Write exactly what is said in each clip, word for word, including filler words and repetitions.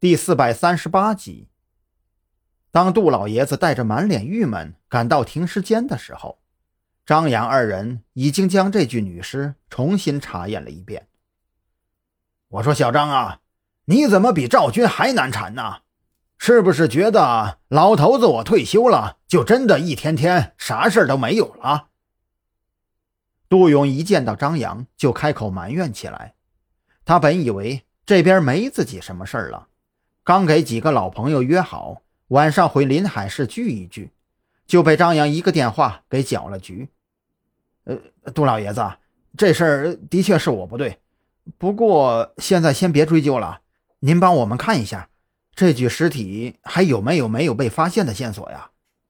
第四百三十八集。当杜老爷子带着满脸郁闷赶到停尸间的时候，张扬二人已经将这具女尸重新查验了一遍。我说小张啊，你怎么比赵军还难缠呢？是不是觉得老头子我退休了，就真的一天天啥事都没有了？杜勇一见到张扬就开口埋怨起来。他本以为这边没自己什么事儿了，刚给几个老朋友约好晚上回临海市聚一聚，就被张扬一个电话给搅了局。呃，杜老爷子，这事儿的确是我不对，不过现在先别追究了，您帮我们看一下这具尸体还有没有没有被发现的线索呀？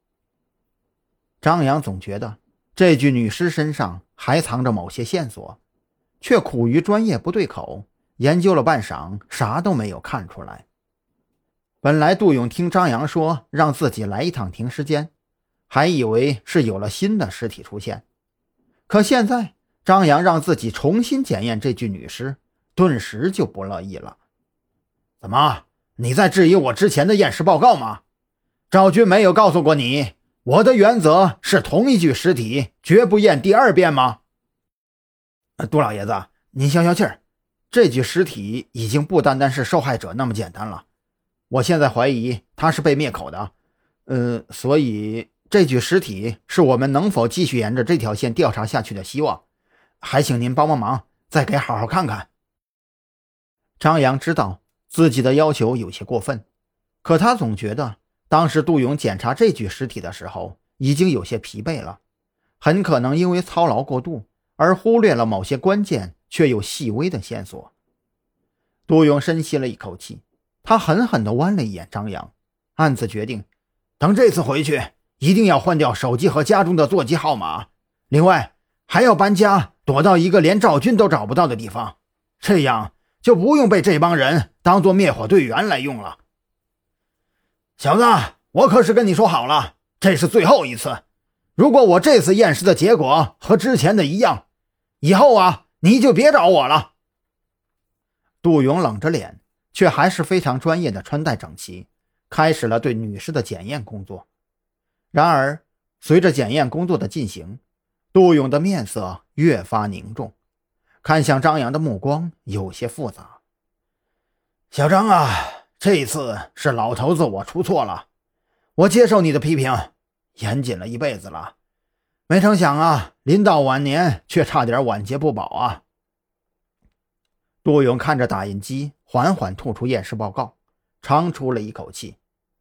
张扬总觉得这具女尸身上还藏着某些线索，却苦于专业不对口，研究了半晌啥都没有看出来。本来杜勇听张扬说让自己来一趟停尸间，还以为是有了新的尸体出现，可现在张扬让自己重新检验这具女尸，顿时就不乐意了。怎么，你在质疑我之前的验尸报告吗？赵军没有告诉过你，我的原则是同一具尸体绝不验第二遍吗？杜老爷子，您消消气儿，这具尸体已经不单单是受害者那么简单了，我现在怀疑他是被灭口的，呃，所以这具尸体是我们能否继续沿着这条线调查下去的希望，还请您帮帮忙，再给好好看看。张扬知道自己的要求有些过分，可他总觉得当时杜勇检查这具尸体的时候已经有些疲惫了，很可能因为操劳过度而忽略了某些关键却又细微的线索。杜勇深吸了一口气，他狠狠地剜了一眼张扬，暗自决定，等这次回去一定要换掉手机和家中的座机号码，另外还要搬家，躲到一个连赵军都找不到的地方，这样就不用被这帮人当作灭火队员来用了。小子，我可是跟你说好了，这是最后一次，如果我这次验尸的结果和之前的一样，以后啊你就别找我了。杜勇冷着脸，却还是非常专业的穿戴整齐，开始了对女尸的检验工作。然而随着检验工作的进行，杜勇的面色越发凝重，看向张扬的目光有些复杂。小张啊，这一次是老头子我出错了，我接受你的批评，严谨了一辈子了，没成想啊，临到晚年却差点晚节不保啊。杜勇看着打印机缓缓吐出验尸报告，长出了一口气。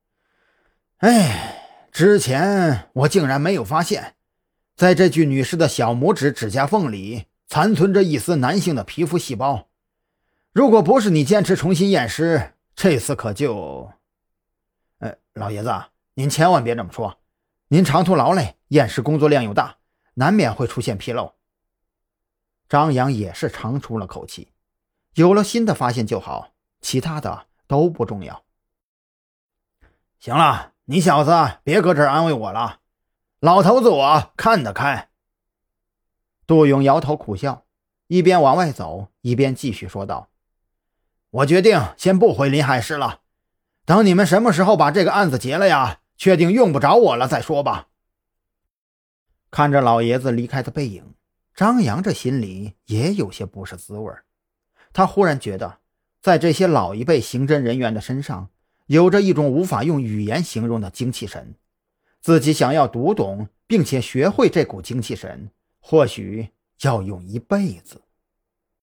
哎，之前我竟然没有发现，在这具女尸的小拇指指甲缝里残存着一丝男性的皮肤细胞，如果不是你坚持重新验尸，这次可就……呃，老爷子，您千万别这么说，您长途劳累，验尸工作量又大，难免会出现纰漏。张扬也是长出了口气，有了新的发现就好，其他的都不重要。行了，你小子别搁这儿安慰我了，老头子我看得开。杜勇摇头苦笑，一边往外走一边继续说道，我决定先不回临海市了，等你们什么时候把这个案子结了呀，确定用不着我了再说吧。看着老爷子离开的背影，张扬这心里也有些不是滋味。他忽然觉得在这些老一辈刑侦人员的身上有着一种无法用语言形容的精气神，自己想要读懂并且学会这股精气神，或许要用一辈子。